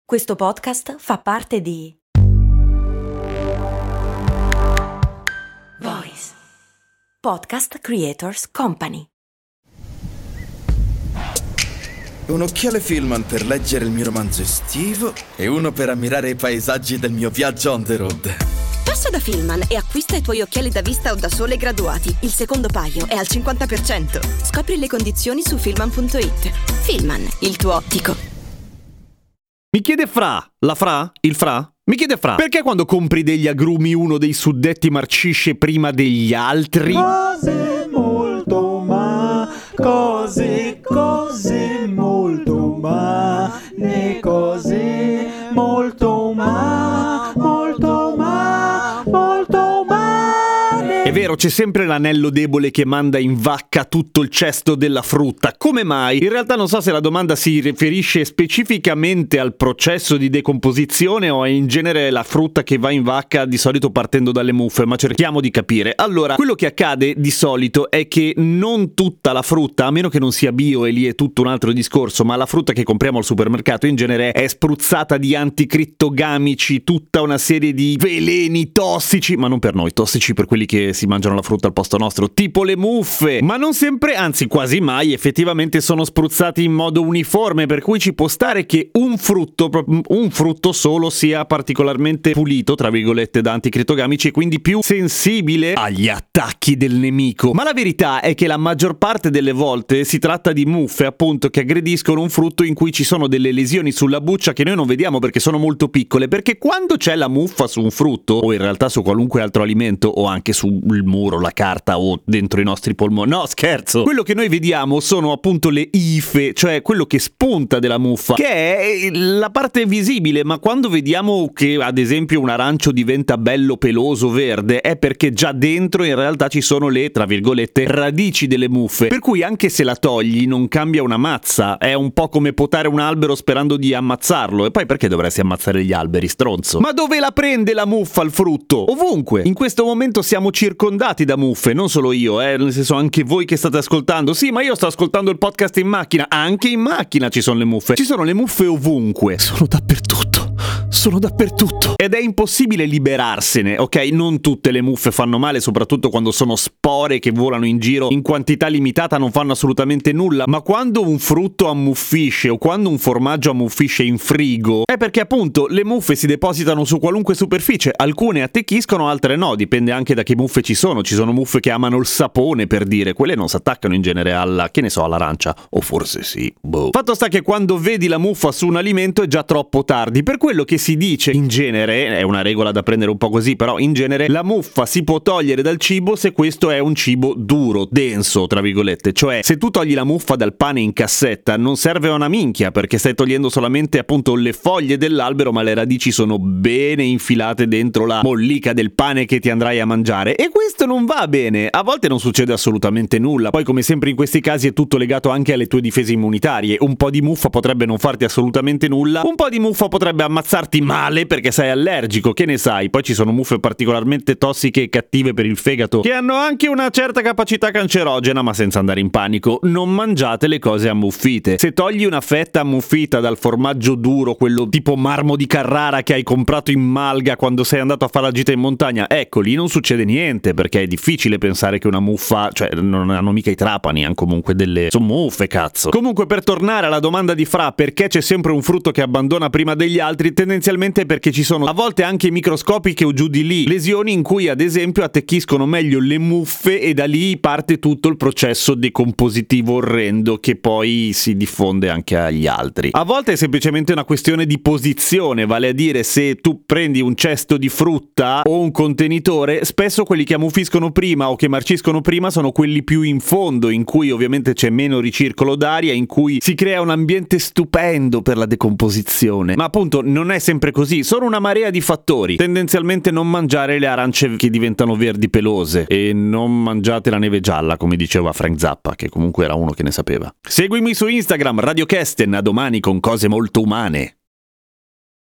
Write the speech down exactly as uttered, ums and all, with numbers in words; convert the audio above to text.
Questo podcast fa parte di Voice Podcast Creators Company. Un occhiale Filman per leggere il mio romanzo estivo e uno per ammirare i paesaggi del mio viaggio on the road. Passa da Filman e acquista i tuoi occhiali da vista o da sole graduati. Il secondo paio è al cinquanta per cento. Scopri le condizioni su filman punto it. Filman, il tuo ottico. Mi chiede Fra, la Fra? Il Fra? Mi chiede Fra, perché quando compri degli agrumi uno dei suddetti marcisce prima degli altri? Cose molto ma, cose, cose molto ma, le cose molto ma, molto ma, molto ma. È vero, c'è sempre l'anello debole che manda in vacca tutto il cesto della frutta. Come mai? In realtà non so se la domanda si riferisce specificamente al processo di decomposizione o in genere la frutta che va in vacca, di solito partendo dalle muffe, ma cerchiamo di capire. Allora, quello che accade di solito è che non tutta la frutta, a meno che non sia bio e lì è tutto un altro discorso, ma la frutta che compriamo al supermercato in genere è spruzzata di anticrittogamici, tutta una serie di veleni tossici, ma non per noi, tossici per quelli che si mangiano la frutta al posto nostro, tipo le muffe, ma non sempre, anzi quasi mai effettivamente sono spruzzati in modo uniforme, per cui ci può stare che un frutto un frutto solo sia particolarmente pulito, tra virgolette, da anticrittogamici e quindi più sensibile agli attacchi del nemico. Ma la verità è che la maggior parte delle volte si tratta di muffe, appunto, che aggrediscono un frutto in cui ci sono delle lesioni sulla buccia che noi non vediamo perché sono molto piccole, perché quando c'è la muffa su un frutto, o in realtà su qualunque altro alimento, o anche sul muro, la carta o dentro i nostri polmoni, no scherzo, quello che noi vediamo sono appunto le ife, cioè quello che spunta della muffa, che è la parte visibile. Ma quando vediamo che ad esempio un arancio diventa bello peloso verde, è perché già dentro in realtà ci sono le, tra virgolette, radici delle muffe, per cui anche se la togli non cambia una mazza. È un po' come potare un albero sperando di ammazzarlo. E poi perché dovresti ammazzare gli alberi, stronzo? Ma dove la prende la muffa il frutto? Ovunque. In questo momento siamo circondati da muffe, non solo io, eh, nel senso anche voi che state ascoltando. Sì, ma io sto ascoltando il podcast in macchina, anche in macchina ci sono le muffe. Ci sono le muffe ovunque, sono dappertutto. Sono dappertutto ed è impossibile liberarsene, ok? Non tutte le muffe fanno male, soprattutto quando sono spore che volano in giro in quantità limitata, non fanno assolutamente nulla, ma quando un frutto ammuffisce o quando un formaggio ammuffisce in frigo è perché appunto le muffe si depositano su qualunque superficie, alcune attecchiscono, altre no, dipende anche da che muffe ci sono. Ci sono muffe che amano il sapone, per dire, quelle non si attaccano in genere alla, che ne so, all'arancia, o forse sì, boh. Fatto sta che quando vedi la muffa su un alimento è già troppo tardi, per quello che si dice in genere, è una regola da prendere un po' così, però in genere la muffa si può togliere dal cibo se questo è un cibo duro, denso, tra virgolette, cioè se tu togli la muffa dal pane in cassetta non serve a una minchia perché stai togliendo solamente appunto le foglie dell'albero, ma le radici sono bene infilate dentro la mollica del pane che ti andrai a mangiare e questo non va bene. A volte non succede assolutamente nulla, poi come sempre in questi casi è tutto legato anche alle tue difese immunitarie. Un po' di muffa potrebbe non farti assolutamente nulla, un po' di muffa potrebbe ammazzarti male perché sei allergico, che ne sai. Poi ci sono muffe particolarmente tossiche e cattive per il fegato che hanno anche una certa capacità cancerogena, ma senza andare in panico, non mangiate le cose ammuffite. Se togli una fetta ammuffita dal formaggio duro, quello tipo marmo di Carrara che hai comprato in malga quando sei andato a fare la gita in montagna, ecco lì non succede niente perché è difficile pensare che una muffa, cioè non hanno mica i trapani, hanno comunque delle, sono muffe, cazzo. Comunque, per tornare alla domanda di Fra, perché c'è sempre un frutto che abbandona prima degli altri, tendenzialmente perché ci sono a volte anche microscopiche o giù di lì lesioni in cui ad esempio attecchiscono meglio le muffe e da lì parte tutto il processo decompositivo orrendo che poi si diffonde anche agli altri. A volte è semplicemente una questione di posizione, vale a dire se tu prendi un cesto di frutta o un contenitore, spesso quelli che ammuffiscono prima o che marciscono prima sono quelli più in fondo, in cui ovviamente c'è meno ricircolo d'aria, in cui si crea un ambiente stupendo per la decomposizione. Ma appunto non è sempre così, sono una marea di fattori. Tendenzialmente non mangiare le arance che diventano verdi pelose e non mangiate la neve gialla, come diceva Frank Zappa, che comunque era uno che ne sapeva. Seguimi su Instagram, Radio Kesten, a domani con cose molto umane.